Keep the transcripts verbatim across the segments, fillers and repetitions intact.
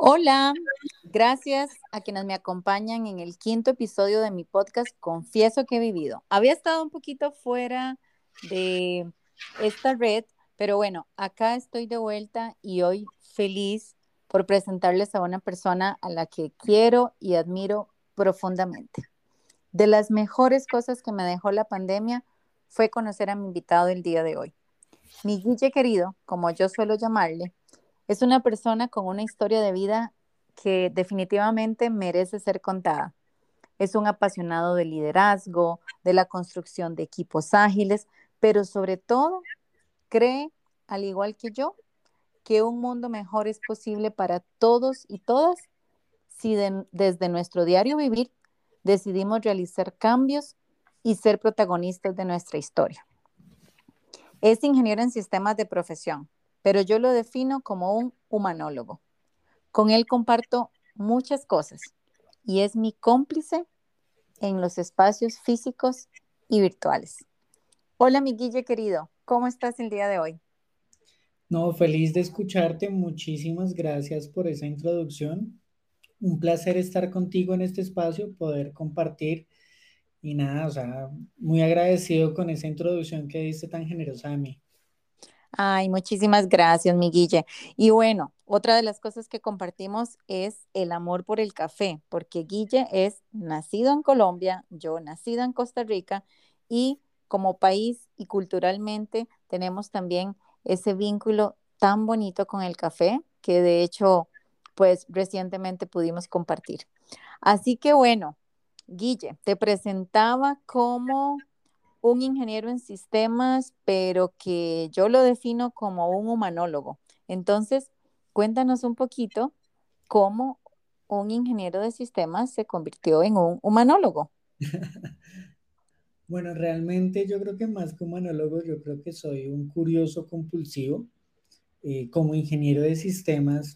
Hola, gracias a quienes me acompañan en el quinto episodio de mi podcast Confieso que he vivido. Había estado un poquito fuera de esta red, pero bueno, acá estoy de vuelta y hoy feliz por presentarles a una persona a la que quiero y admiro profundamente. De las mejores cosas que me dejó la pandemia fue conocer a mi invitado el día de hoy. Mi Guille querido, como yo suelo llamarle, es una persona con una historia de vida que definitivamente merece ser contada. Es un apasionado del liderazgo, de la construcción de equipos ágiles, pero sobre todo cree, al igual que yo, que un mundo mejor es posible para todos y todas si de- desde nuestro diario vivir decidimos realizar cambios y ser protagonistas de nuestra historia. Es ingeniero en sistemas de profesión, pero yo lo defino como un humanólogo. Con él comparto muchas cosas y es mi cómplice en los espacios físicos y virtuales. Hola, mi Guille querido, ¿cómo estás el día de hoy? No, feliz de escucharte. Muchísimas gracias por esa introducción. Un placer estar contigo en este espacio, poder compartir y nada, o sea, muy agradecido con esa introducción que diste tan generosa de mí. Ay, muchísimas gracias, mi Guille. Y bueno, otra de las cosas que compartimos es el amor por el café, porque Guille es nacido en Colombia, yo nacida en Costa Rica, y como país y culturalmente tenemos también ese vínculo tan bonito con el café que de hecho, pues recientemente pudimos compartir. Así que bueno, Guille, te presentaba como un ingeniero en sistemas, pero que yo lo defino como un humanólogo. Entonces, cuéntanos un poquito cómo un ingeniero de sistemas se convirtió en un humanólogo. Bueno, realmente yo creo que más que humanólogo, yo creo que soy un curioso compulsivo. Eh, como ingeniero de sistemas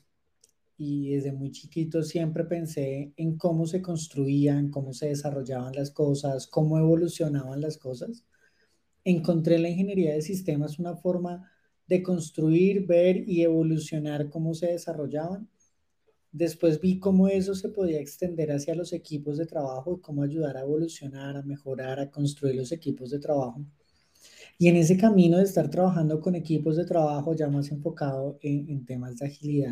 y desde muy chiquito siempre pensé en cómo se construían, cómo se desarrollaban las cosas, cómo evolucionaban las cosas. Encontré en la ingeniería de sistemas una forma de construir, ver y evolucionar cómo se desarrollaban. Después vi cómo eso se podía extender hacia los equipos de trabajo y cómo ayudar a evolucionar, a mejorar, a construir los equipos de trabajo. Y en ese camino de estar trabajando con equipos de trabajo ya más enfocado en, en temas de agilidad,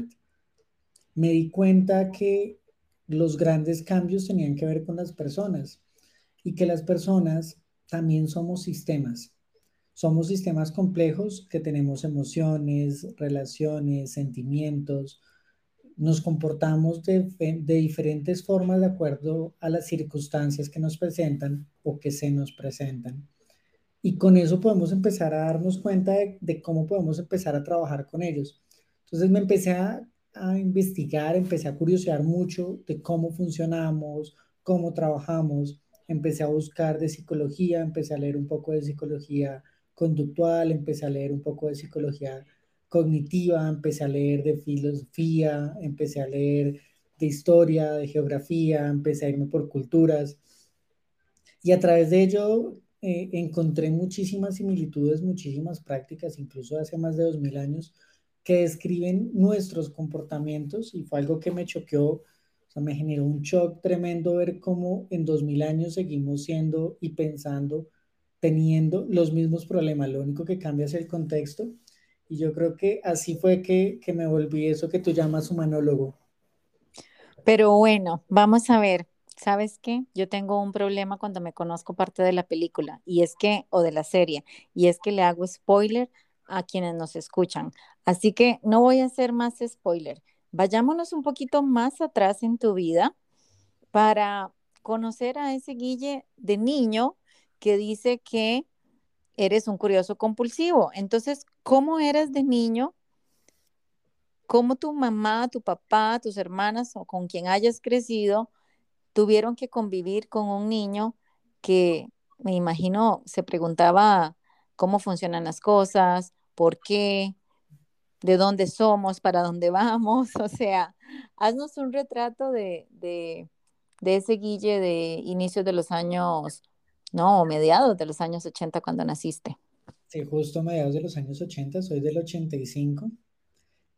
me di cuenta que los grandes cambios tenían que ver con las personas y que las personas también somos sistemas. Somos sistemas complejos que tenemos emociones, relaciones, sentimientos. Nos comportamos de, de diferentes formas de acuerdo a las circunstancias que nos presentan o que se nos presentan. Y con eso podemos empezar a darnos cuenta de, de cómo podemos empezar a trabajar con ellos. Entonces me empecé a, a investigar, empecé a curiosear mucho de cómo funcionamos, cómo trabajamos. Empecé a buscar de psicología, empecé a leer un poco de psicología conductual, empecé a leer un poco de psicología cognitiva, empecé a leer de filosofía, empecé a leer de historia, de geografía, empecé a irme por culturas. Y a través de ello eh, encontré muchísimas similitudes, muchísimas prácticas, incluso hace más de dos mil años, que describen nuestros comportamientos y fue algo que me choqueó, o sea, me generó un shock tremendo ver cómo en dos mil años seguimos siendo y pensando, teniendo los mismos problemas, lo único que cambia es el contexto. Y yo creo que así fue que, que me volví eso que tú llamas humanólogo. Pero bueno, vamos a ver. ¿Sabes qué? Yo tengo un problema cuando me conozco parte de la película y es que, o de la serie, y es que le hago spoiler a quienes nos escuchan. Así que no voy a hacer más spoiler. Vayámonos un poquito más atrás en tu vida para conocer a ese Guille de niño que dice que eres un curioso compulsivo. Entonces, ¿cómo eras de niño? ¿Cómo tu mamá, tu papá, tus hermanas o con quien hayas crecido tuvieron que convivir con un niño que me imagino se preguntaba cómo funcionan las cosas, por qué, de dónde somos, para dónde vamos? O sea, haznos un retrato de, de, de ese Guille de inicios de los años, no, mediados de los años ochenta cuando naciste. Sí, justo a mediados de los años ochenta, soy del ochenta y cinco.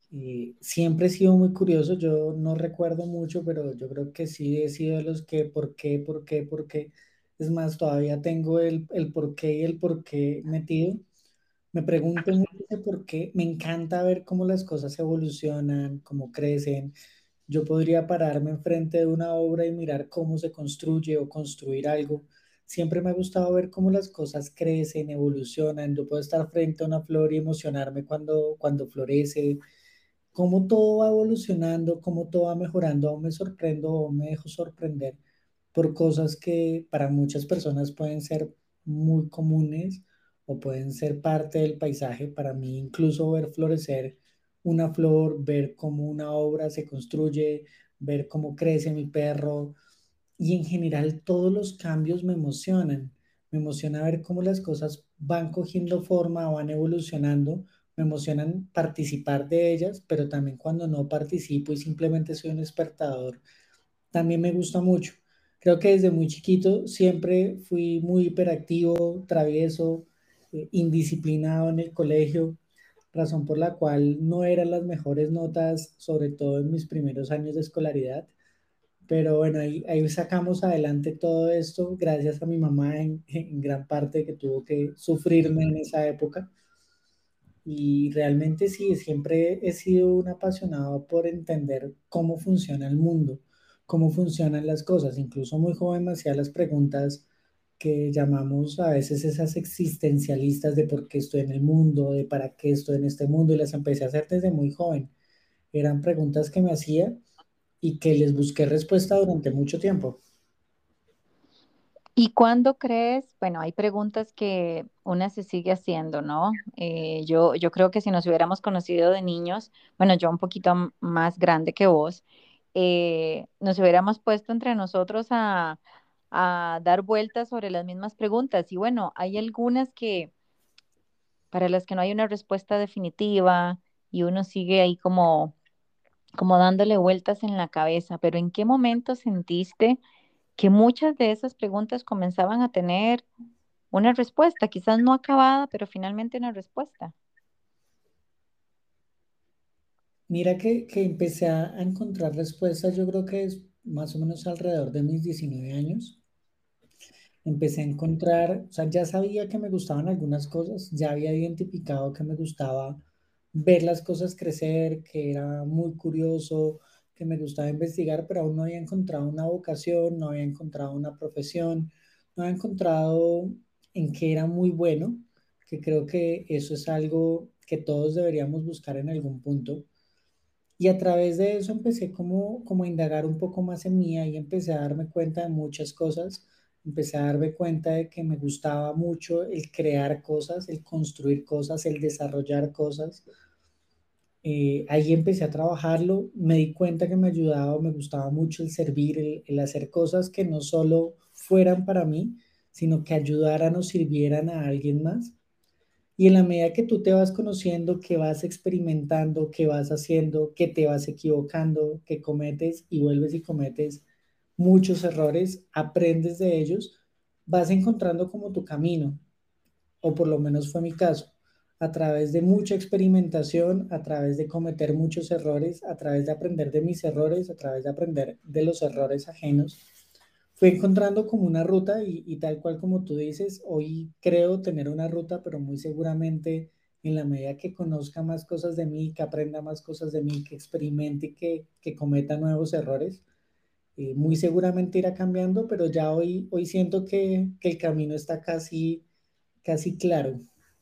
Eh, siempre he sido muy curioso, yo no recuerdo mucho, pero yo creo que sí he sido de los que por qué, por qué, por qué. Es más, todavía tengo el, el por qué y el por qué metido. Me pregunto mucho ese por qué. Me encanta ver cómo las cosas evolucionan, cómo crecen. Yo podría pararme enfrente de una obra y mirar cómo se construye o construir algo. Siempre me ha gustado ver cómo las cosas crecen, evolucionan. Yo puedo estar frente a una flor y emocionarme cuando, cuando florece, cómo todo va evolucionando, cómo todo va mejorando. Aún me sorprendo o me dejo sorprender por cosas que para muchas personas pueden ser muy comunes o pueden ser parte del paisaje. Para mí, incluso ver florecer una flor, ver cómo una obra se construye, ver cómo crece mi perro, y en general todos los cambios me emocionan. Me emociona ver cómo las cosas van cogiendo forma, van evolucionando. Me emocionan participar de ellas, pero también cuando no participo y simplemente soy un espectador, también me gusta mucho. Creo que desde muy chiquito siempre fui muy hiperactivo, travieso, eh, indisciplinado en el colegio, razón por la cual no eran las mejores notas, sobre todo en mis primeros años de escolaridad. Pero bueno, ahí, ahí sacamos adelante todo esto gracias a mi mamá en, en gran parte que tuvo que sufrirme en esa época. Y realmente sí, siempre he sido un apasionado por entender cómo funciona el mundo, cómo funcionan las cosas. Incluso muy joven me hacía las preguntas que llamamos a veces esas existencialistas de por qué estoy en el mundo, de para qué estoy en este mundo, y las empecé a hacer desde muy joven. Eran preguntas que me hacía y que les busqué respuesta durante mucho tiempo. ¿Y cuándo crees? Bueno, hay preguntas que una se sigue haciendo, ¿no? Eh, yo, yo creo que si nos hubiéramos conocido de niños, bueno, yo un poquito m- más grande que vos, eh, nos hubiéramos puesto entre nosotros a, a dar vueltas sobre las mismas preguntas. Y bueno, hay algunas que, para las que no hay una respuesta definitiva y uno sigue ahí como, como dándole vueltas en la cabeza, pero ¿en qué momento sentiste que muchas de esas preguntas comenzaban a tener una respuesta, quizás no acabada, pero finalmente una respuesta? Mira que, que empecé a a encontrar respuestas, yo creo que es más o menos alrededor de mis diecinueve años. Empecé a encontrar, o sea, ya sabía que me gustaban algunas cosas, ya había identificado que me gustaba ver las cosas crecer, que era muy curioso, que me gustaba investigar, pero aún no había encontrado una vocación, no había encontrado una profesión, no había encontrado en qué era muy bueno, que creo que eso es algo que todos deberíamos buscar en algún punto. Y a través de eso empecé como, como a indagar un poco más en mí y empecé a darme cuenta de muchas cosas. Empecé a darme cuenta de que me gustaba mucho el crear cosas, el construir cosas, el desarrollar cosas. Eh, ahí empecé a trabajarlo, me di cuenta que me ayudaba, me gustaba mucho el servir, el, el hacer cosas que no solo fueran para mí, sino que ayudaran o sirvieran a alguien más. Y en la medida que tú te vas conociendo, que vas experimentando, que vas haciendo, que te vas equivocando, que cometes y vuelves y cometes muchos errores, aprendes de ellos, vas encontrando como tu camino, o por lo menos fue mi caso, a través de mucha experimentación, a través de cometer muchos errores, a través de aprender de mis errores, a través de aprender de los errores ajenos, fui encontrando como una ruta y, y tal cual como tú dices, hoy creo tener una ruta, pero muy seguramente en la medida que conozca más cosas de mí, que aprenda más cosas de mí, que experimente, que, que cometa nuevos errores, eh, muy seguramente irá cambiando, pero ya hoy, hoy siento que, que el camino está casi, casi claro.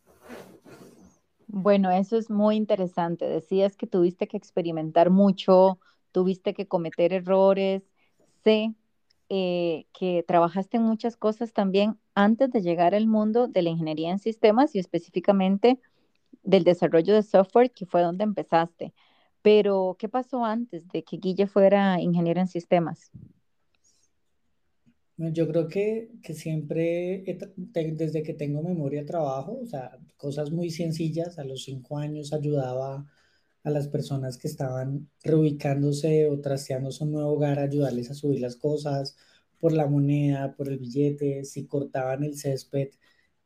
Bueno, eso es muy interesante. Decías que tuviste que experimentar mucho, tuviste que cometer errores. Sé eh, que trabajaste en muchas cosas también antes de llegar al mundo de la ingeniería en sistemas y específicamente del desarrollo de software, que fue donde empezaste. Pero, ¿qué pasó antes de que Guille fuera ingeniero en sistemas? Bueno, yo creo que, que siempre, he tra- te- desde que tengo memoria, trabajo, o sea, cosas muy sencillas. A los cinco años ayudaba a las personas que estaban reubicándose o trasteándose un nuevo hogar, ayudarles a subir las cosas por la moneda, por el billete, si cortaban el césped,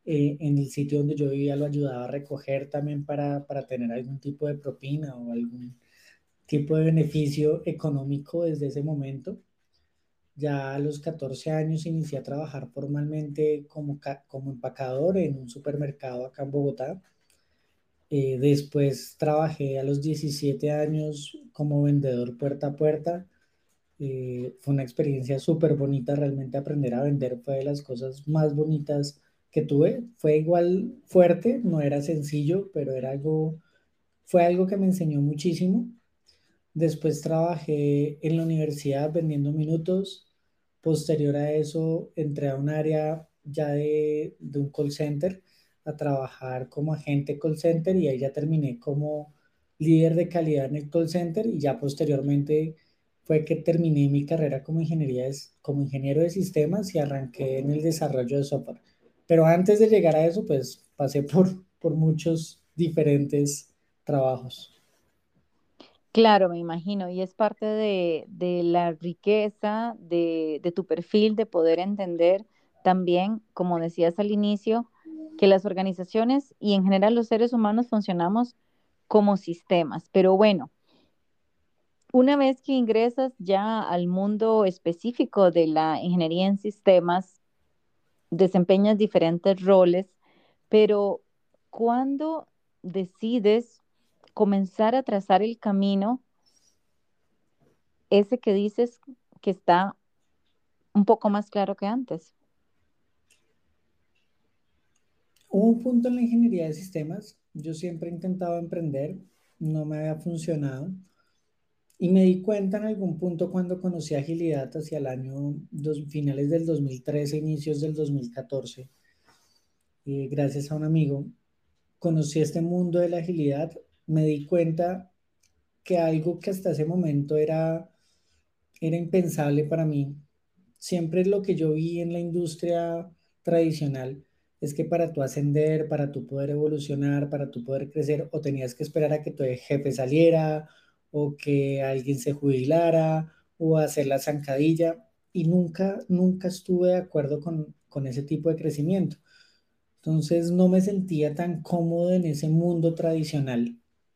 Eh, en el sitio donde yo vivía lo ayudaba a recoger también para, para tener algún tipo de propina o algún tipo de beneficio económico desde ese momento. Ya a los catorce años inicié a trabajar formalmente como, como empacador en un supermercado acá en Bogotá. Eh, después trabajé a los diecisiete años como vendedor puerta a puerta. Eh, fue una experiencia súper bonita, realmente aprender a vender fue de las cosas más bonitas que tuve. Fue igual fuerte, no era sencillo, pero era algo, fue algo que me enseñó muchísimo. Después trabajé en la universidad vendiendo minutos. Posterior a eso, entré a un área ya de, de un call center a trabajar como agente call center y ahí ya terminé como líder de calidad en el call center y ya posteriormente fue que terminé mi carrera como ingeniería de- como ingeniero de sistemas y arranqué en el desarrollo de software. Pero antes de llegar a eso, pues pasé por, por muchos diferentes trabajos. Claro, me imagino, y es parte de, de la riqueza de, de tu perfil, de poder entender también, como decías al inicio, que las organizaciones y en general los seres humanos funcionamos como sistemas. Pero bueno, una vez que ingresas ya al mundo específico de la ingeniería en sistemas, desempeñas diferentes roles, pero ¿cuándo decides comenzar a trazar el camino, ese que dices que está un poco más claro que antes? Hubo un punto en la ingeniería de sistemas, yo siempre he intentado emprender, no me había funcionado y me di cuenta en algún punto cuando conocí agilidad hacia el año dos, finales del dos mil trece, inicios del dos mil catorce, y gracias a un amigo conocí este mundo de la agilidad, me di cuenta que algo que hasta ese momento era, era impensable para mí. Siempre lo que yo vi en la industria tradicional es que para tú ascender, para tú poder evolucionar, para tú poder crecer, o tenías que esperar a que tu jefe saliera, o que alguien se jubilara, o hacer la zancadilla, y nunca, nunca estuve de acuerdo con, con ese tipo de crecimiento. Entonces no me sentía tan cómodo en ese mundo tradicional.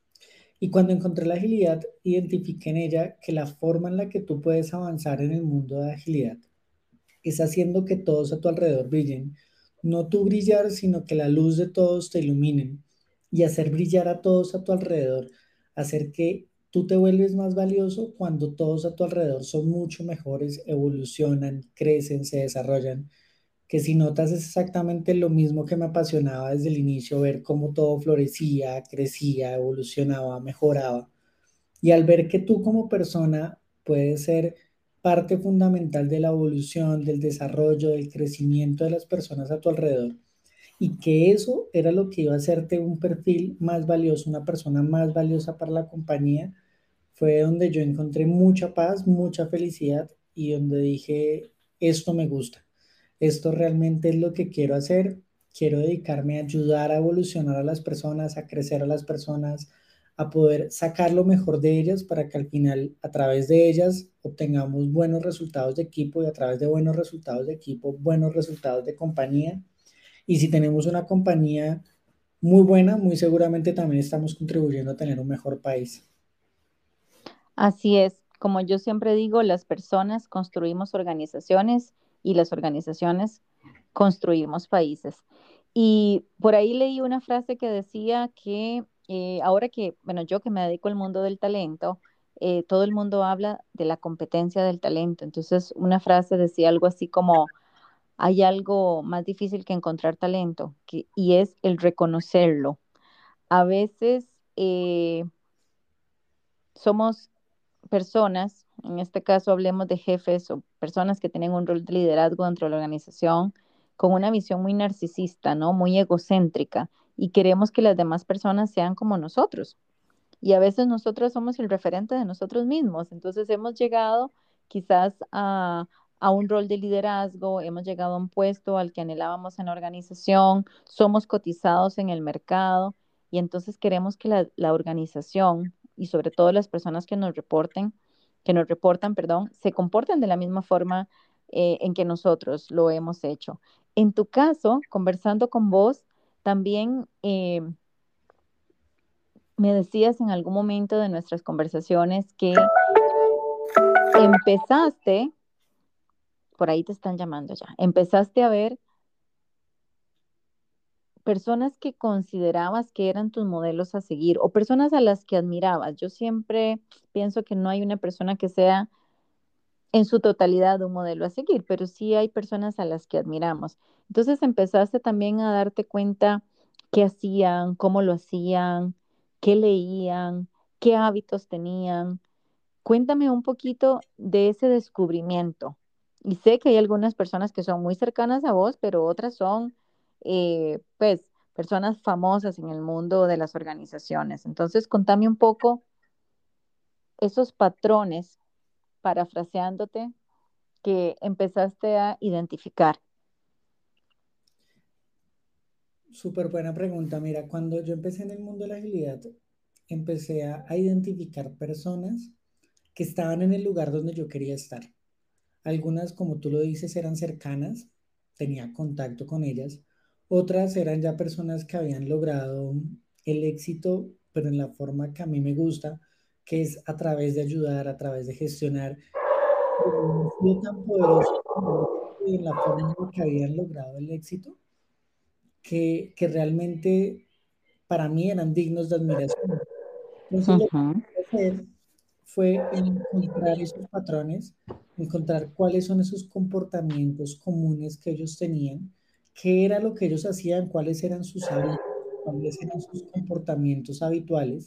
Y cuando encontré la agilidad, identifiqué en ella que la forma en la que tú puedes avanzar en el mundo de agilidad es haciendo que todos a tu alrededor brillen. No tú brillar, sino que la luz de todos te iluminen y hacer brillar a todos a tu alrededor. Hacer que tú te vuelves más valioso cuando todos a tu alrededor son mucho mejores, evolucionan, crecen, se desarrollan. Que si notas es exactamente lo mismo que me apasionaba desde el inicio, ver cómo todo florecía, crecía, evolucionaba, mejoraba. Y al ver que tú como persona puedes ser parte fundamental de la evolución, del desarrollo, del crecimiento de las personas a tu alrededor, y que eso era lo que iba a hacerte un perfil más valioso, una persona más valiosa para la compañía, fue donde yo encontré mucha paz, mucha felicidad y donde dije, esto me gusta, esto realmente es lo que quiero hacer, quiero dedicarme a ayudar a evolucionar a las personas, a crecer a las personas, a poder sacar lo mejor de ellas para que al final a través de ellas obtengamos buenos resultados de equipo y a través de buenos resultados de equipo, buenos resultados de compañía. Y si tenemos una compañía muy buena, muy seguramente también estamos contribuyendo a tener un mejor país. Así es, como yo siempre digo, las personas construimos organizaciones y las organizaciones construimos países. Y por ahí leí una frase que decía que eh, ahora que, bueno, yo que me dedico al mundo del talento, eh, todo el mundo habla de la competencia del talento. Entonces, una frase decía algo así como, hay algo más difícil que encontrar talento, que, y es el reconocerlo. A veces eh, somos personas, en este caso hablemos de jefes o personas que tienen un rol de liderazgo dentro de la organización, con una visión muy narcisista, ¿no? Muy egocéntrica, y queremos que las demás personas sean como nosotros. Y a veces nosotros somos el referente de nosotros mismos. Entonces hemos llegado quizás a, a un rol de liderazgo, hemos llegado a un puesto al que anhelábamos en la organización, somos cotizados en el mercado y entonces queremos que la, la organización y sobre todo las personas que nos reporten, que nos reportan, perdón, se comporten de la misma forma eh, en que nosotros lo hemos hecho. En tu caso, conversando con vos, también eh, me decías en algún momento de nuestras conversaciones que empezaste, por ahí te están llamando ya, empezaste a ver personas que considerabas que eran tus modelos a seguir o personas a las que admirabas. Yo siempre pienso que no hay una persona que sea en su totalidad un modelo a seguir, pero sí hay personas a las que admiramos. Entonces empezaste también a darte cuenta qué hacían, cómo lo hacían, qué leían, qué hábitos tenían. Cuéntame un poquito de ese descubrimiento. Y sé que hay algunas personas que son muy cercanas a vos, pero otras son, eh, pues, personas famosas en el mundo de las organizaciones. Entonces, contame un poco esos patrones, parafraseándote, que empezaste a identificar. Súper buena pregunta. Mira, cuando yo empecé en el mundo de la agilidad, empecé a, a identificar personas que estaban en el lugar donde yo quería estar. Algunas, como tú lo dices, eran cercanas, tenía contacto con ellas. Otras eran ya personas que habían logrado el éxito, pero en la forma que a mí me gusta, que es a través de ayudar, a través de gestionar. Pero habían sido tan poderosos en el éxito y en la forma en la que habían logrado el éxito, que, que realmente para mí eran dignos de admiración. Entonces, lo que Ujú. empecé a hacer fue encontrar esos patrones, encontrar cuáles son esos comportamientos comunes que ellos tenían, qué era lo que ellos hacían, cuáles eran sus hábitos, cuáles eran sus comportamientos habituales,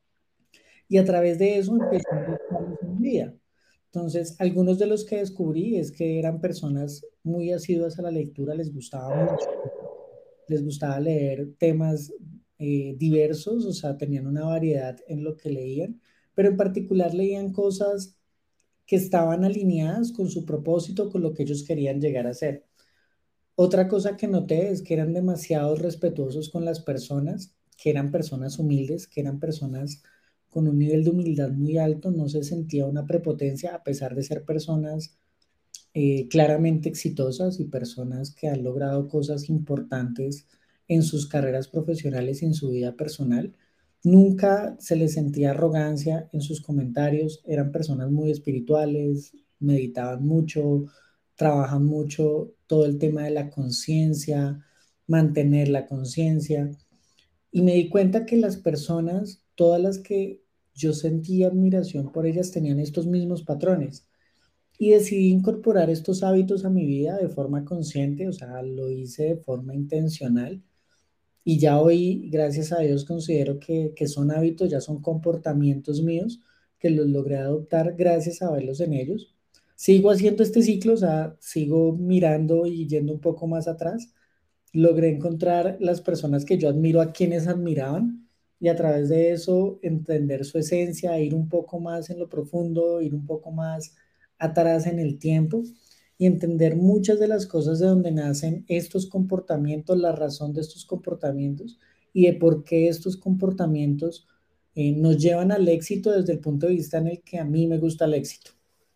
y a través de eso empecé a buscarlos en mi vida. Entonces, algunos de los que descubrí es que eran personas muy asiduas a la lectura, les gustaba mucho, les gustaba leer temas eh, diversos, o sea, tenían una variedad en lo que leían, pero en particular leían cosas que estaban alineadas con su propósito, con lo que ellos querían llegar a ser. Otra cosa que noté es que eran demasiado respetuosos con las personas, que eran personas humildes, que eran personas con un nivel de humildad muy alto, no se sentía una prepotencia a pesar de ser personas eh, claramente exitosas y personas que han logrado cosas importantes en sus carreras profesionales y en su vida personal. Nunca se les sentía arrogancia en sus comentarios, eran personas muy espirituales, meditaban mucho, trabajan mucho todo el tema de la conciencia, mantener la conciencia. Y me di cuenta que las personas, todas las que yo sentía admiración por ellas, tenían estos mismos patrones y decidí incorporar estos hábitos a mi vida de forma consciente, o sea, lo hice de forma intencional y ya hoy, gracias a Dios, considero que, que son hábitos, ya son comportamientos míos que los logré adoptar gracias a verlos en ellos. Sigo haciendo este ciclo, o sea, sigo mirando y yendo un poco más atrás. Logré encontrar las personas que yo admiro, a quienes admiraban, y a través de eso entender su esencia, ir un poco más en lo profundo, ir un poco más atrás en el tiempo y entender muchas de las cosas de donde nacen estos comportamientos, la razón de estos comportamientos y de por qué estos comportamientos eh, nos llevan al éxito desde el punto de vista en el que a mí me gusta el éxito.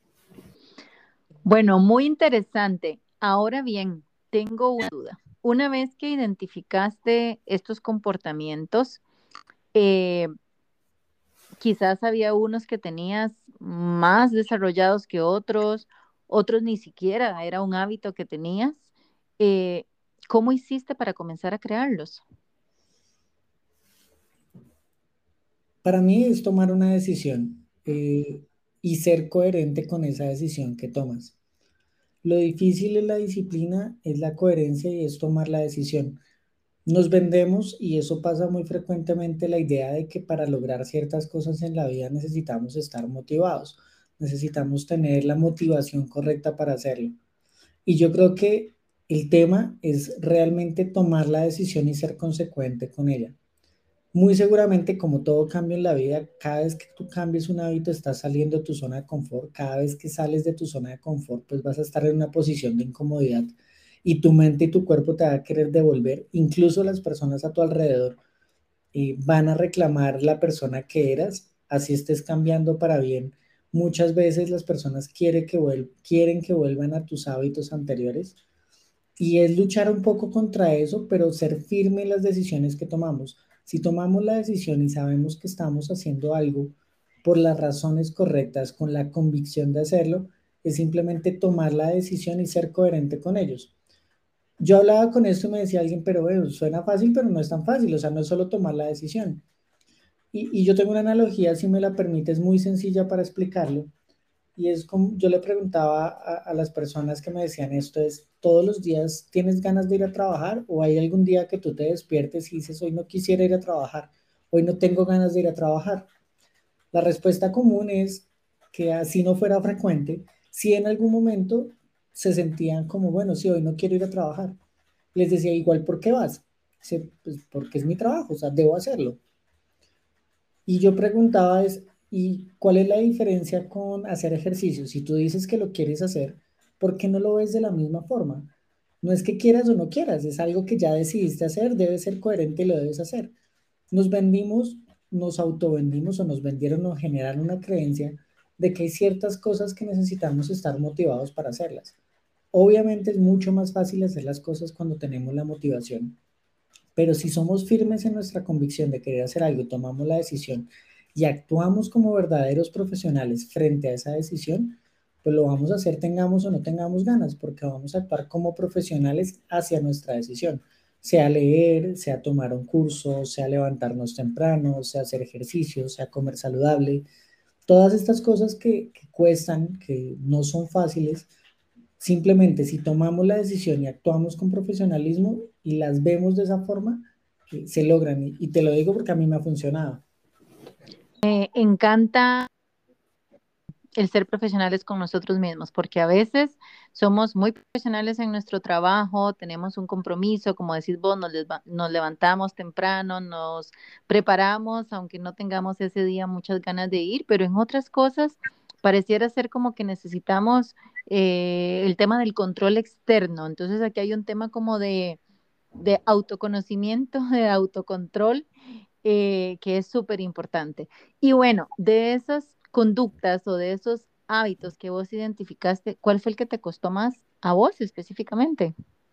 Bueno, muy interesante. Ahora bien, tengo una duda. Una vez que identificaste estos comportamientos, eh, quizás había unos que tenías más desarrollados que otros, otros ni siquiera era un hábito que tenías. Eh, ¿Cómo hiciste para comenzar a crearlos? Para mí es tomar una decisión eh, y ser coherente con esa decisión que tomas. Lo difícil en la disciplina es la coherencia y es tomar la decisión. Nos vendemos y eso pasa muy frecuentemente la idea de que para lograr ciertas cosas en la vida necesitamos estar motivados, necesitamos tener la motivación correcta para hacerlo. Y yo creo que el tema es realmente tomar la decisión y ser consecuente con ella. Muy seguramente, como todo cambio en la vida, cada vez que tú cambies un hábito, estás saliendo de tu zona de confort. Cada vez que sales de tu zona de confort, pues vas a estar en una posición de incomodidad y tu mente y tu cuerpo te va a querer devolver. Incluso las personas a tu alrededor eh, van a reclamar la persona que eras, así estés cambiando para bien. Muchas veces las personas quiere que vuel quieren que vuelvan a tus hábitos anteriores Y es luchar un poco contra eso, pero ser firme en las decisiones que tomamos. Si tomamos la decisión y sabemos que estamos haciendo algo por las razones correctas, con la convicción de hacerlo, es simplemente tomar la decisión y ser coherente con ellos. Yo hablaba con esto y me decía alguien, pero bueno, suena fácil, pero no es tan fácil, o sea, no es solo tomar la decisión. Y, y yo tengo una analogía, si me la permites, muy sencilla para explicarlo. Y es como yo le preguntaba a, a las personas que me decían esto, es, ¿todos los días tienes ganas de ir a trabajar o hay algún día que tú te despiertes y dices, hoy no quisiera ir a trabajar, hoy no tengo ganas de ir a trabajar? La respuesta común es que así no fuera frecuente, si en algún momento se sentían como, bueno, sí, hoy no quiero ir a trabajar. Les decía, igual, ¿por qué vas? Dice, pues porque es mi trabajo, o sea, debo hacerlo. Y yo preguntaba es, ¿y cuál es la diferencia con hacer ejercicio? Si tú dices que lo quieres hacer, ¿por qué no lo ves de la misma forma? No es que quieras o no quieras, es algo que ya decidiste hacer, debes ser coherente y lo debes hacer. Nos vendimos, nos autovendimos o nos vendieron o generaron una creencia de que hay ciertas cosas que necesitamos estar motivados para hacerlas. Obviamente es mucho más fácil hacer las cosas cuando tenemos la motivación, pero si somos firmes en nuestra convicción de querer hacer algo y tomamos la decisión y actuamos como verdaderos profesionales frente a esa decisión, pues lo vamos a hacer tengamos o no tengamos ganas, porque vamos a actuar como profesionales hacia nuestra decisión, sea leer, sea tomar un curso, sea levantarnos temprano, sea hacer ejercicio, sea comer saludable, todas estas cosas que, que cuestan, que no son fáciles. Simplemente si tomamos la decisión y actuamos con profesionalismo y las vemos de esa forma, eh, se logran. Y, y te lo digo porque a mí me ha funcionado. Me encanta el ser profesionales con nosotros mismos, porque a veces somos muy profesionales en nuestro trabajo, tenemos un compromiso, como decís vos, nos, lesva- nos levantamos temprano, nos preparamos, aunque no tengamos ese día muchas ganas de ir, pero en otras cosas pareciera ser como que necesitamos eh, el tema del control externo. Entonces aquí hay un tema como de, de autoconocimiento, de autocontrol eh, que es súper importante. Y bueno, de esas conductas o de esos hábitos que vos identificaste, ¿cuál fue el que te costó más a vos específicamente?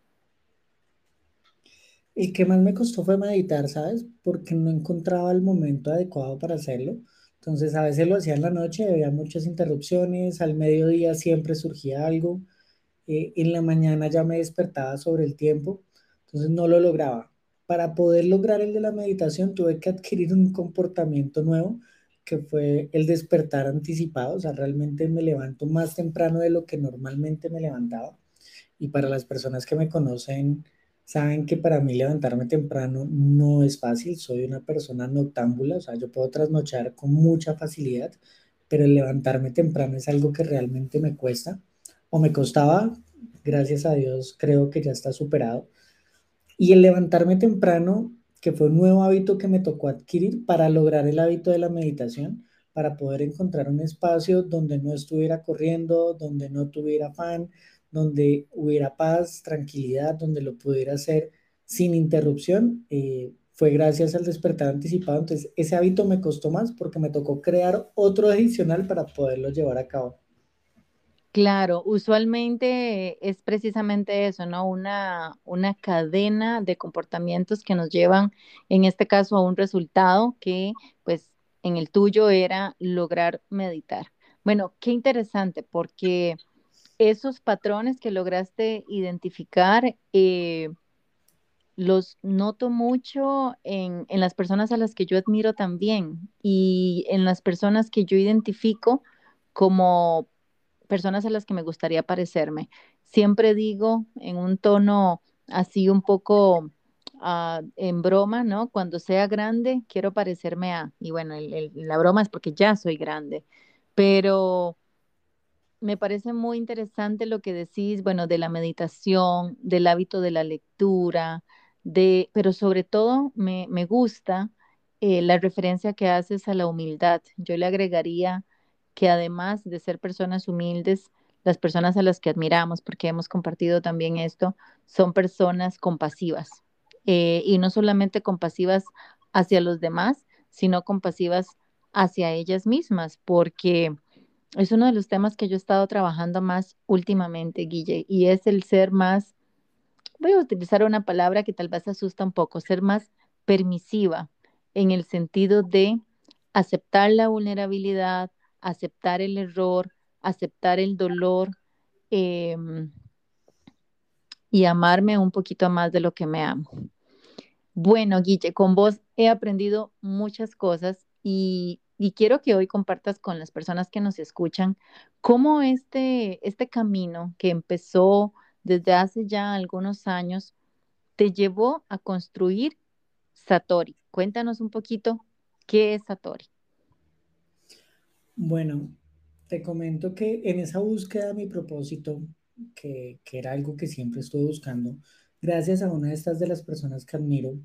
El que más me costó fue meditar, ¿sabes? Porque no encontraba el momento adecuado para hacerlo. Entonces a veces lo hacía en la noche, había muchas interrupciones, al mediodía siempre surgía algo, eh, en la mañana ya me despertaba sobre el tiempo, entonces no lo lograba. Para poder lograr el de la meditación tuve que adquirir un comportamiento nuevo, que fue el despertar anticipado, o sea, realmente me levanto más temprano de lo que normalmente me levantaba. Y para las personas que me conocen, saben que para mí levantarme temprano no es fácil, soy una persona noctámbula, o sea, yo puedo trasnochar con mucha facilidad, pero el levantarme temprano es algo que realmente me cuesta o me costaba, gracias a Dios creo que ya está superado. Y el levantarme temprano, que fue un nuevo hábito que me tocó adquirir para lograr el hábito de la meditación, para poder encontrar un espacio donde no estuviera corriendo, donde no tuviera afán, donde hubiera paz, tranquilidad, donde lo pudiera hacer sin interrupción, eh, fue gracias al despertar anticipado. Entonces, ese hábito me costó más porque me tocó crear otro adicional para poderlo llevar a cabo. Claro, usualmente es precisamente eso, ¿no? Una, una cadena de comportamientos que nos llevan, en este caso, a un resultado que, pues, en el tuyo era lograr meditar. Bueno, qué interesante, porque esos patrones que lograste identificar, eh, los noto mucho en, en las personas a las que yo admiro también y en las personas que yo identifico como personas a las que me gustaría parecerme. Siempre digo en un tono así un poco ah, en broma, ¿no? Cuando sea grande, quiero parecerme a, y bueno, el- el- la broma es porque ya soy grande, pero me parece muy interesante lo que decís, bueno, de la meditación, del hábito de la lectura, de, pero sobre todo me, me gusta eh, la referencia que haces a la humildad. Yo le agregaría que además de ser personas humildes, las personas a las que admiramos, porque hemos compartido también esto, son personas compasivas. Eh, y no solamente compasivas hacia los demás, sino compasivas hacia ellas mismas, porque es uno de los temas que yo he estado trabajando más últimamente, Guille, y es el ser más voy a utilizar una palabra que tal vez asusta un poco, ser más permisiva en el sentido de aceptar la vulnerabilidad, aceptar el error, aceptar el dolor, em, y amarme un poquito más de lo que me amo. Bueno, Guille, con vos he aprendido muchas cosas y, y quiero que hoy compartas con las personas que nos escuchan cómo este, este camino que empezó desde hace ya algunos años te llevó a construir Satori. Cuéntanos un poquito qué es Satori. Bueno, te comento que en esa búsqueda de mi propósito, que, que era algo que siempre estuve buscando, gracias a una de estas de las personas que admiro,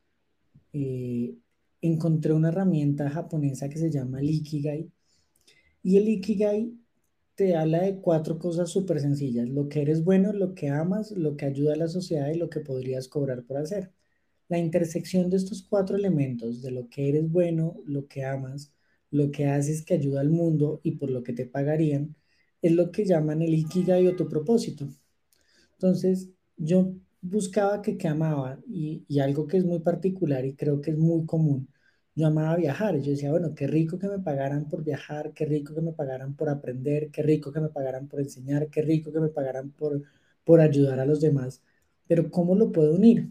eh, encontré una herramienta japonesa que se llama el Ikigai. Y el Ikigai te habla de cuatro cosas súper sencillas: lo que eres bueno, lo que amas, lo que ayuda a la sociedad y lo que podrías cobrar por hacer. La intersección de estos cuatro elementos, de lo que eres bueno, lo que amas, lo que haces que ayuda al mundo y por lo que te pagarían, es lo que llaman el Ikigai o tu propósito. Entonces, yo buscaba que, que amaba y, y algo que es muy particular y creo que es muy común. Yo amaba viajar. Yo decía, bueno, qué rico que me pagaran por viajar, qué rico que me pagaran por aprender, qué rico que me pagaran por enseñar, qué rico que me pagaran por, por ayudar a los demás. Pero ¿cómo lo puedo unir?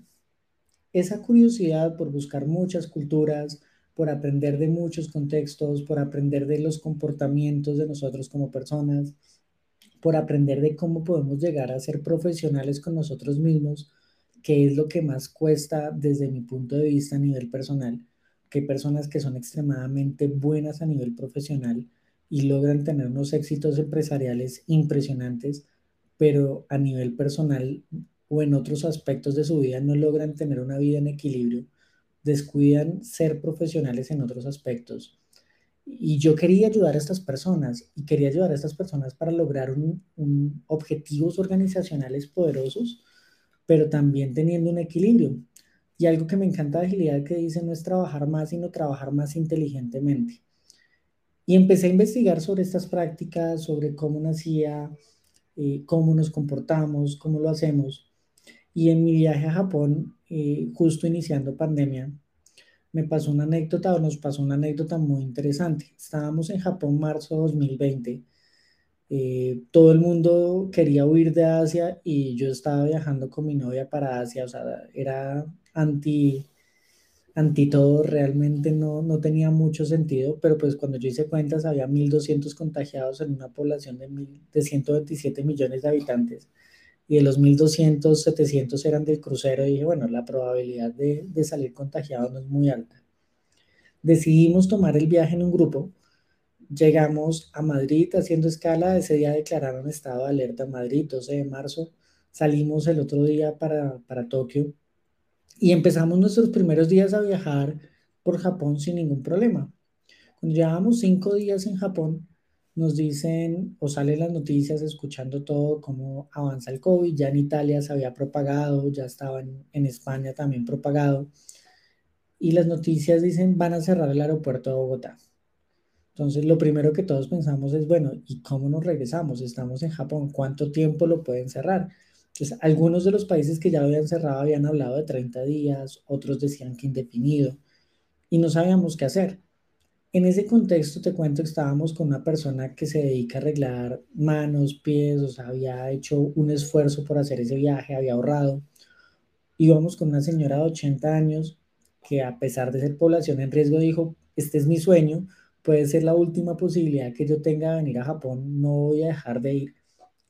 Esa curiosidad por buscar muchas culturas, por aprender de muchos contextos, por aprender de los comportamientos de nosotros como personas, por aprender de cómo podemos llegar a ser profesionales con nosotros mismos, que es lo que más cuesta desde mi punto de vista a nivel personal, que hay personas que son extremadamente buenas a nivel profesional y logran tener unos éxitos empresariales impresionantes, pero a nivel personal o en otros aspectos de su vida no logran tener una vida en equilibrio, descuidan ser profesionales en otros aspectos. Y yo quería ayudar a estas personas y quería ayudar a estas personas para lograr un, un objetivos organizacionales poderosos, pero también teniendo un equilibrio. Y algo que me encanta de agilidad que dice no es trabajar más, sino trabajar más inteligentemente. Y empecé a investigar sobre estas prácticas, sobre cómo nacía, eh, cómo nos comportamos, cómo lo hacemos. Y en mi viaje a Japón, eh, justo iniciando pandemia, me pasó una anécdota o nos pasó una anécdota muy interesante. Estábamos en Japón marzo dos mil veinte. Eh, todo el mundo quería huir de Asia y yo estaba viajando con mi novia para Asia. O sea, era anti, anti todo, realmente no, no tenía mucho sentido, pero pues cuando yo hice cuentas había mil doscientos contagiados en una población de, mil, de ciento veintisiete millones de habitantes y de los mil doscientos setecientos eran del crucero y dije, bueno, la probabilidad de, de salir contagiado no es muy alta. Decidimos tomar el viaje en un grupo. Llegamos a Madrid haciendo escala. Ese día declararon estado de alerta en Madrid, doce de marzo. Salimos el otro día para, para Tokio y empezamos nuestros primeros días a viajar por Japón sin ningún problema. Cuando llevábamos cinco días en Japón, nos dicen o salen las noticias escuchando todo, cómo avanza el COVID. Ya en Italia se había propagado, ya estaba en, en España también propagado. Y las noticias dicen van a cerrar el aeropuerto de Bogotá. Entonces, lo primero que todos pensamos es, bueno, ¿y cómo nos regresamos? Estamos en Japón, ¿cuánto tiempo lo pueden cerrar? Entonces, algunos de los países que ya lo habían cerrado habían hablado de treinta días, otros decían que indefinido, y no sabíamos qué hacer. En ese contexto, te cuento que estábamos con una persona que se dedica a arreglar manos, pies, o sea, había hecho un esfuerzo por hacer ese viaje, había ahorrado. Íbamos con una señora de ochenta años que a pesar de ser población en riesgo dijo, este es mi sueño, puede ser la última posibilidad que yo tenga de venir a Japón, no voy a dejar de ir.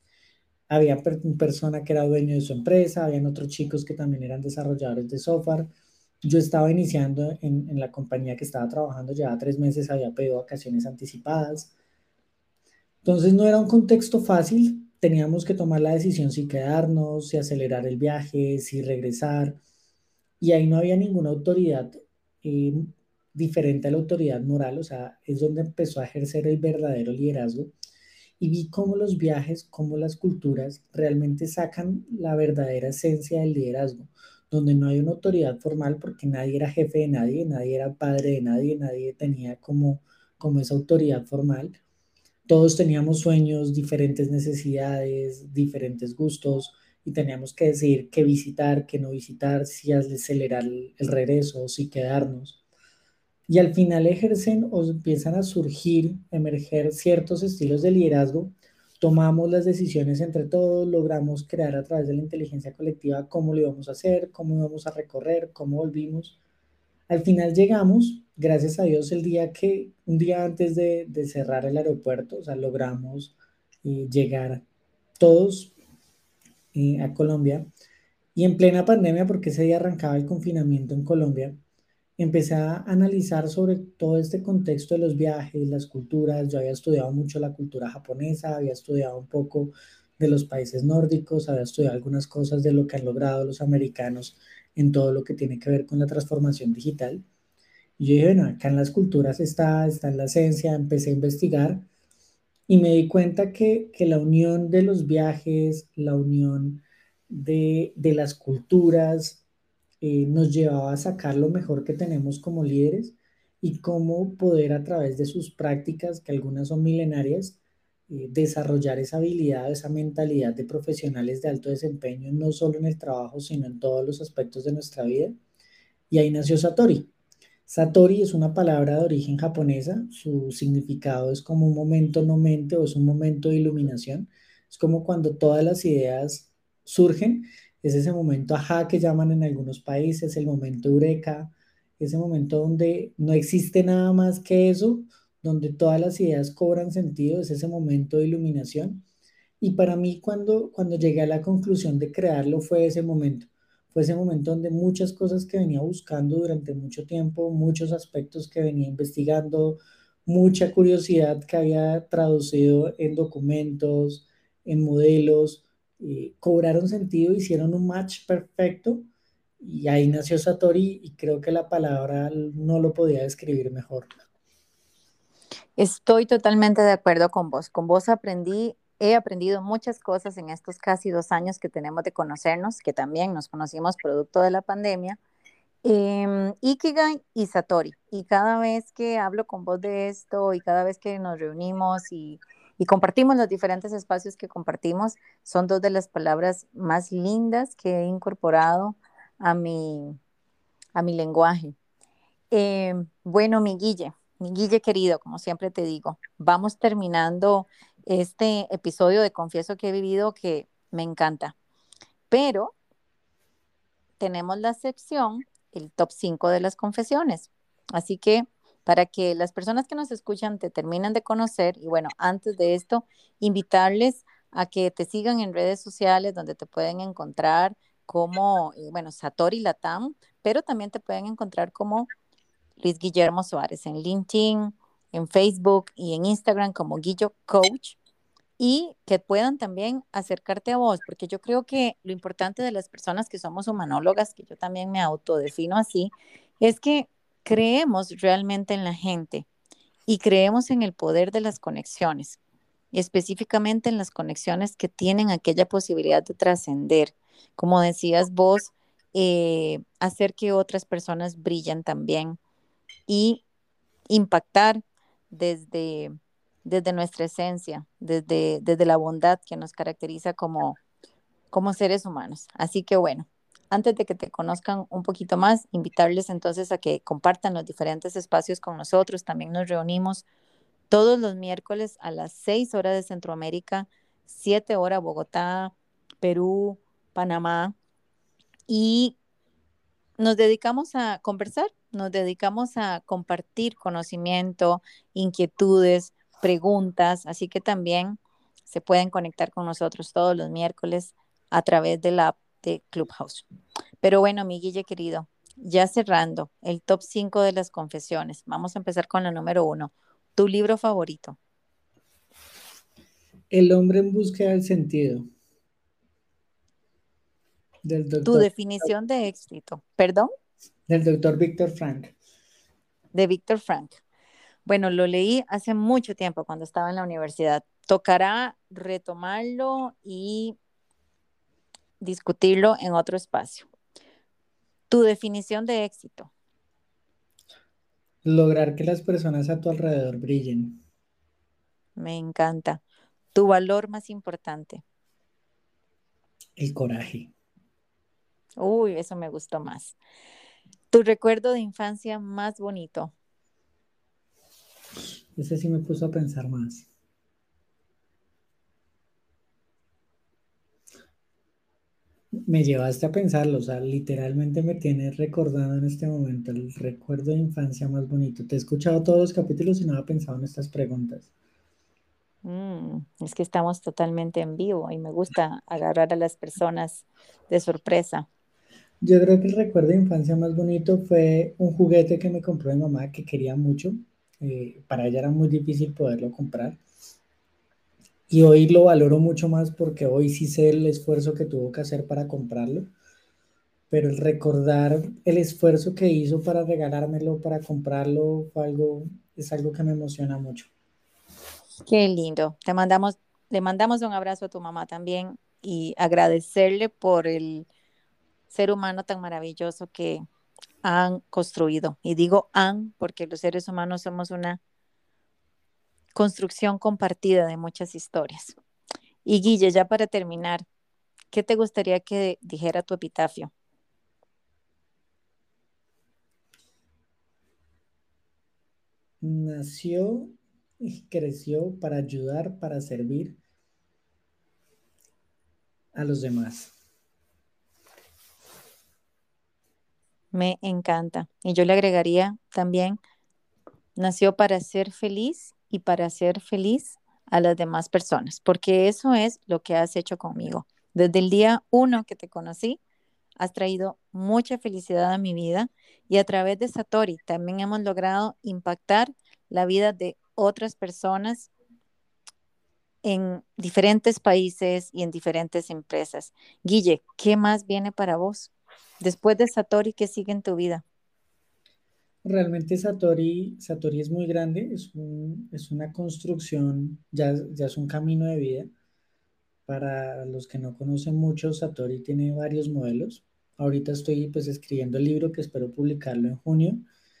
Había per una persona que era dueño de su empresa, habían otros chicos que también eran desarrolladores de software. Yo estaba iniciando en, en la compañía que estaba trabajando, ya tres meses había pedido vacaciones anticipadas. Entonces no era un contexto fácil, teníamos que tomar la decisión si quedarnos, si acelerar el viaje, si regresar. Y ahí no había ninguna autoridad eh, diferente a la autoridad moral, o sea, es donde empezó a ejercer el verdadero liderazgo y vi cómo los viajes, cómo las culturas realmente sacan la verdadera esencia del liderazgo, donde no hay una autoridad formal porque nadie era jefe de nadie, nadie era padre de nadie, nadie tenía como, como esa autoridad formal. Todos teníamos sueños, diferentes necesidades, diferentes gustos, y teníamos que decidir qué visitar, qué no visitar, si acelerar el, el regreso o si quedarnos. Y al final ejercen o empiezan a surgir, emerger ciertos estilos de liderazgo. Tomamos las decisiones entre todos, logramos crear a través de la inteligencia colectiva cómo lo íbamos a hacer, cómo íbamos a recorrer, cómo volvimos. Al final llegamos, gracias a Dios, el día que, un día antes de, de cerrar el aeropuerto, o sea, logramos eh, llegar todos eh, a Colombia. Y en plena pandemia, porque ese día arrancaba el confinamiento en Colombia, empecé a analizar sobre todo este contexto de los viajes, las culturas. Yo había estudiado mucho la cultura japonesa, había estudiado un poco de los países nórdicos, había estudiado algunas cosas de lo que han logrado los americanos en todo lo que tiene que ver con la transformación digital. Y yo dije, bueno, acá en las culturas está, está en la esencia, empecé a investigar y me di cuenta que, que la unión de los viajes, la unión de, de las culturas, eh, nos llevaba a sacar lo mejor que tenemos como líderes y cómo poder a través de sus prácticas, que algunas son milenarias, eh, desarrollar esa habilidad, esa mentalidad de profesionales de alto desempeño, no solo en el trabajo, sino en todos los aspectos de nuestra vida. Y ahí nació Satori. Satori es una palabra de origen japonesa, su significado es como un momento no mente o es un momento de iluminación, es como cuando todas las ideas surgen, es ese momento ajá que llaman en algunos países, el momento eureka, ese momento donde no existe nada más que eso, donde todas las ideas cobran sentido, es ese momento de iluminación. Y para mí cuando, cuando llegué a la conclusión de crearlo fue ese momento. Fue ese momento donde muchas cosas que venía buscando durante mucho tiempo, muchos aspectos que venía investigando, mucha curiosidad que había traducido en documentos, en modelos, eh, cobraron sentido, hicieron un match perfecto y ahí nació Satori y creo que la palabra no lo podía describir mejor. Estoy totalmente de acuerdo con vos. Con vos aprendí, he aprendido muchas cosas en estos casi dos años que tenemos de conocernos, que también nos conocimos producto de la pandemia. Eh, Ikigai y Satori. Y cada vez que hablo con vos de esto y cada vez que nos reunimos y, y compartimos los diferentes espacios que compartimos, son dos de las palabras más lindas que he incorporado a mi, a mi lenguaje. Eh, bueno, mi Guille, mi Guille querido, como siempre te digo, vamos terminando este episodio de Confieso que he vivido que me encanta, pero tenemos la sección, el top cinco de las confesiones. Así que para que las personas que nos escuchan te terminen de conocer, y bueno, antes de esto, invitarles a que te sigan en redes sociales donde te pueden encontrar como, eh, bueno, Satori Latam, pero también te pueden encontrar como Luis Guillermo Suárez en LinkedIn, en Facebook y en Instagram como Guillo Coach y que puedan también acercarte a vos, porque yo creo que lo importante de las personas que somos humanólogas, que yo también me autodefino así, es que creemos realmente en la gente y creemos en el poder de las conexiones, y específicamente en las conexiones que tienen aquella posibilidad de trascender. Como decías vos, eh, hacer que otras personas brillen también y impactar desde, desde nuestra esencia, desde, desde la bondad que nos caracteriza como, como seres humanos. Así que bueno, antes de que te conozcan un poquito más, invitarles entonces a que compartan los diferentes espacios con nosotros. También nos reunimos todos los miércoles a las seis horas de Centroamérica, siete horas Bogotá, Perú, Panamá, y nos dedicamos a conversar, nos dedicamos a compartir conocimiento, inquietudes, preguntas, así que también se pueden conectar con nosotros todos los miércoles a través de la app de Clubhouse. Pero bueno, mi Guille querido, ya cerrando el top cinco de las confesiones, vamos a empezar con la número uno. ¿Tu libro favorito? El hombre en búsqueda del sentido, del ¿Tu doctor, definición de éxito? Perdón, del doctor Víctor Frank. de Víctor Frank. Bueno, lo leí hace mucho tiempo cuando estaba en la universidad. Tocará retomarlo y discutirlo en otro espacio. Tu definición de éxito. Lograr que las personas a tu alrededor brillen. Me encanta. Tu valor más importante. El coraje. Uy, eso me gustó más. ¿Tu recuerdo de infancia más bonito? Ese sí me puso a pensar más. Me llevaste a pensarlo, o sea, literalmente me tienes recordando en este momento el recuerdo de infancia más bonito. Te he escuchado todos los capítulos y no había pensado en estas preguntas. Mm, es que estamos totalmente en vivo y me gusta agarrar a las personas de sorpresa. Yo creo que el recuerdo de infancia más bonito fue un juguete que me compró mi mamá que quería mucho. Eh, para ella era muy difícil poderlo comprar. Y hoy lo valoro mucho más porque hoy sí sé el esfuerzo que tuvo que hacer para comprarlo. Pero el recordar el esfuerzo que hizo para regalármelo, para comprarlo, fue algo, es algo que me emociona mucho. Qué lindo. Te mandamos, le mandamos un abrazo a tu mamá también y agradecerle por el ser humano tan maravilloso que han construido. Y digo han porque los seres humanos somos una construcción compartida de muchas historias. Y Guille, ya para terminar, ¿qué te gustaría que dijera tu epitafio? Nació y creció para ayudar, para servir a los demás. Me encanta. Y yo le agregaría también, nació para ser feliz y para ser feliz a las demás personas, porque eso es lo que has hecho conmigo. Desde el día uno que te conocí, has traído mucha felicidad a mi vida y a través de Satori también hemos logrado impactar la vida de otras personas en diferentes países y en diferentes empresas. Guille, ¿qué más viene para vos? Después de Satori, ¿qué sigue en tu vida? Realmente Satori, Satori es muy grande, es, un- es una construcción, ya, ya es un camino de vida. Para los que no conocen mucho, Satori tiene varios modelos. Ahorita estoy pues escribiendo el libro que espero publicarlo en junio.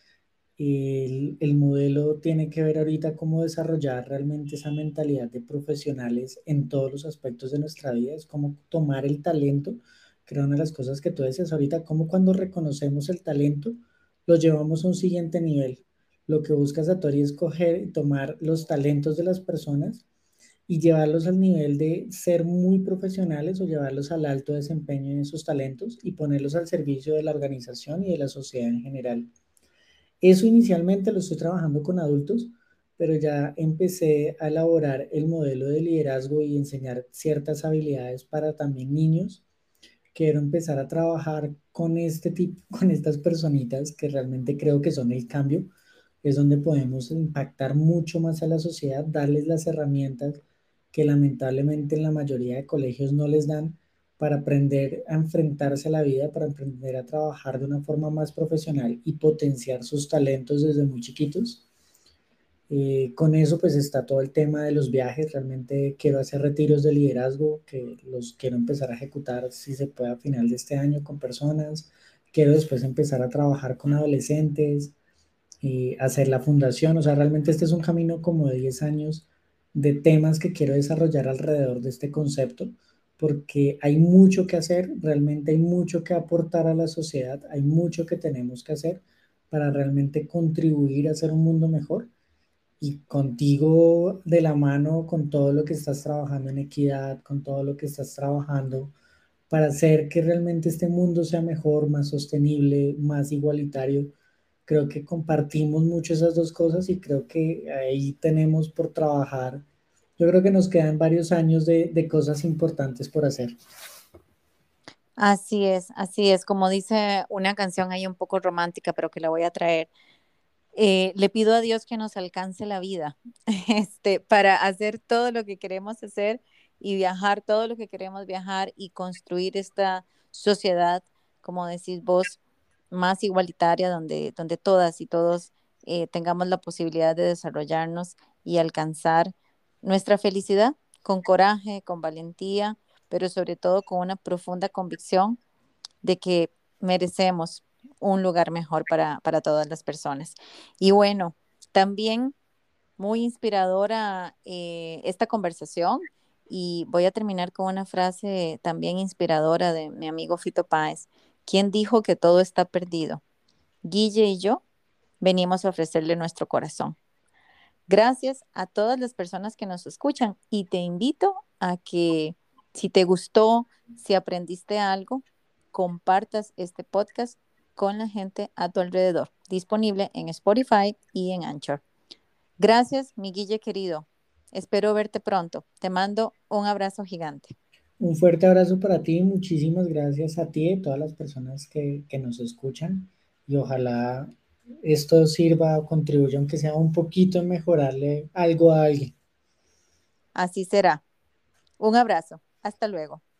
El, el modelo tiene que ver ahorita cómo desarrollar realmente esa mentalidad de profesionales en todos los aspectos de nuestra vida. Es como tomar el talento, que era una de las cosas que tú decías ahorita, como cuando reconocemos el talento, lo llevamos a un siguiente nivel. Lo que busca Satori es coger y tomar los talentos de las personas y llevarlos al nivel de ser muy profesionales o llevarlos al alto desempeño en esos talentos y ponerlos al servicio de la organización y de la sociedad en general. Eso inicialmente lo estoy trabajando con adultos, pero ya empecé a elaborar el modelo de liderazgo y enseñar ciertas habilidades para también niños. Quiero empezar a trabajar con este tipo, con estas personitas que realmente creo que son el cambio. Es donde podemos impactar mucho más a la sociedad, darles las herramientas que lamentablemente en la mayoría de colegios no les dan para aprender a enfrentarse a la vida, para aprender a trabajar de una forma más profesional y potenciar sus talentos desde muy chiquitos. Eh, con eso pues está todo el tema de los viajes. Realmente quiero hacer retiros de liderazgo que los quiero empezar a ejecutar si se puede a final de este año con personas. Quiero después empezar a trabajar con adolescentes, eh, hacer la fundación. O sea, realmente este es un camino como de diez años de temas que quiero desarrollar alrededor de este concepto, porque hay mucho que hacer, realmente hay mucho que aportar a la sociedad, hay mucho que tenemos que hacer para realmente contribuir a hacer un mundo mejor. Y contigo de la mano con todo lo que estás trabajando en equidad, con todo lo que estás trabajando para hacer que realmente este mundo sea mejor, más sostenible, más igualitario. Creo que compartimos mucho esas dos cosas y creo que ahí tenemos por trabajar. Yo creo que nos quedan varios años de, de cosas importantes por hacer. Así es, así es, como dice una canción ahí un poco romántica, pero que la voy a traer. Eh, le pido a Dios que nos alcance la vida, este, para hacer todo lo que queremos hacer y viajar todo lo que queremos viajar y construir esta sociedad, como decís vos, más igualitaria, donde, donde todas y todos eh, tengamos la posibilidad de desarrollarnos y alcanzar nuestra felicidad con coraje, con valentía, pero sobre todo con una profunda convicción de que merecemos un lugar mejor para, para todas las personas. Y bueno, también muy inspiradora eh, esta conversación y voy a terminar con una frase también inspiradora de mi amigo Fito Páez. ¿Quién dijo que todo está perdido? Guille y yo venimos a ofrecerle nuestro corazón. Gracias a todas las personas que nos escuchan y te invito a que si te gustó, si aprendiste algo, compartas este podcast con la gente a tu alrededor, disponible en Spotify y en Anchor. Gracias, mi Guille querido. Espero verte pronto. Te mando un abrazo gigante. Un fuerte abrazo para ti, muchísimas gracias a ti y a todas las personas que, que nos escuchan y ojalá esto sirva o contribuya aunque sea un poquito en mejorarle algo a alguien. Así será. Un abrazo. Hasta luego.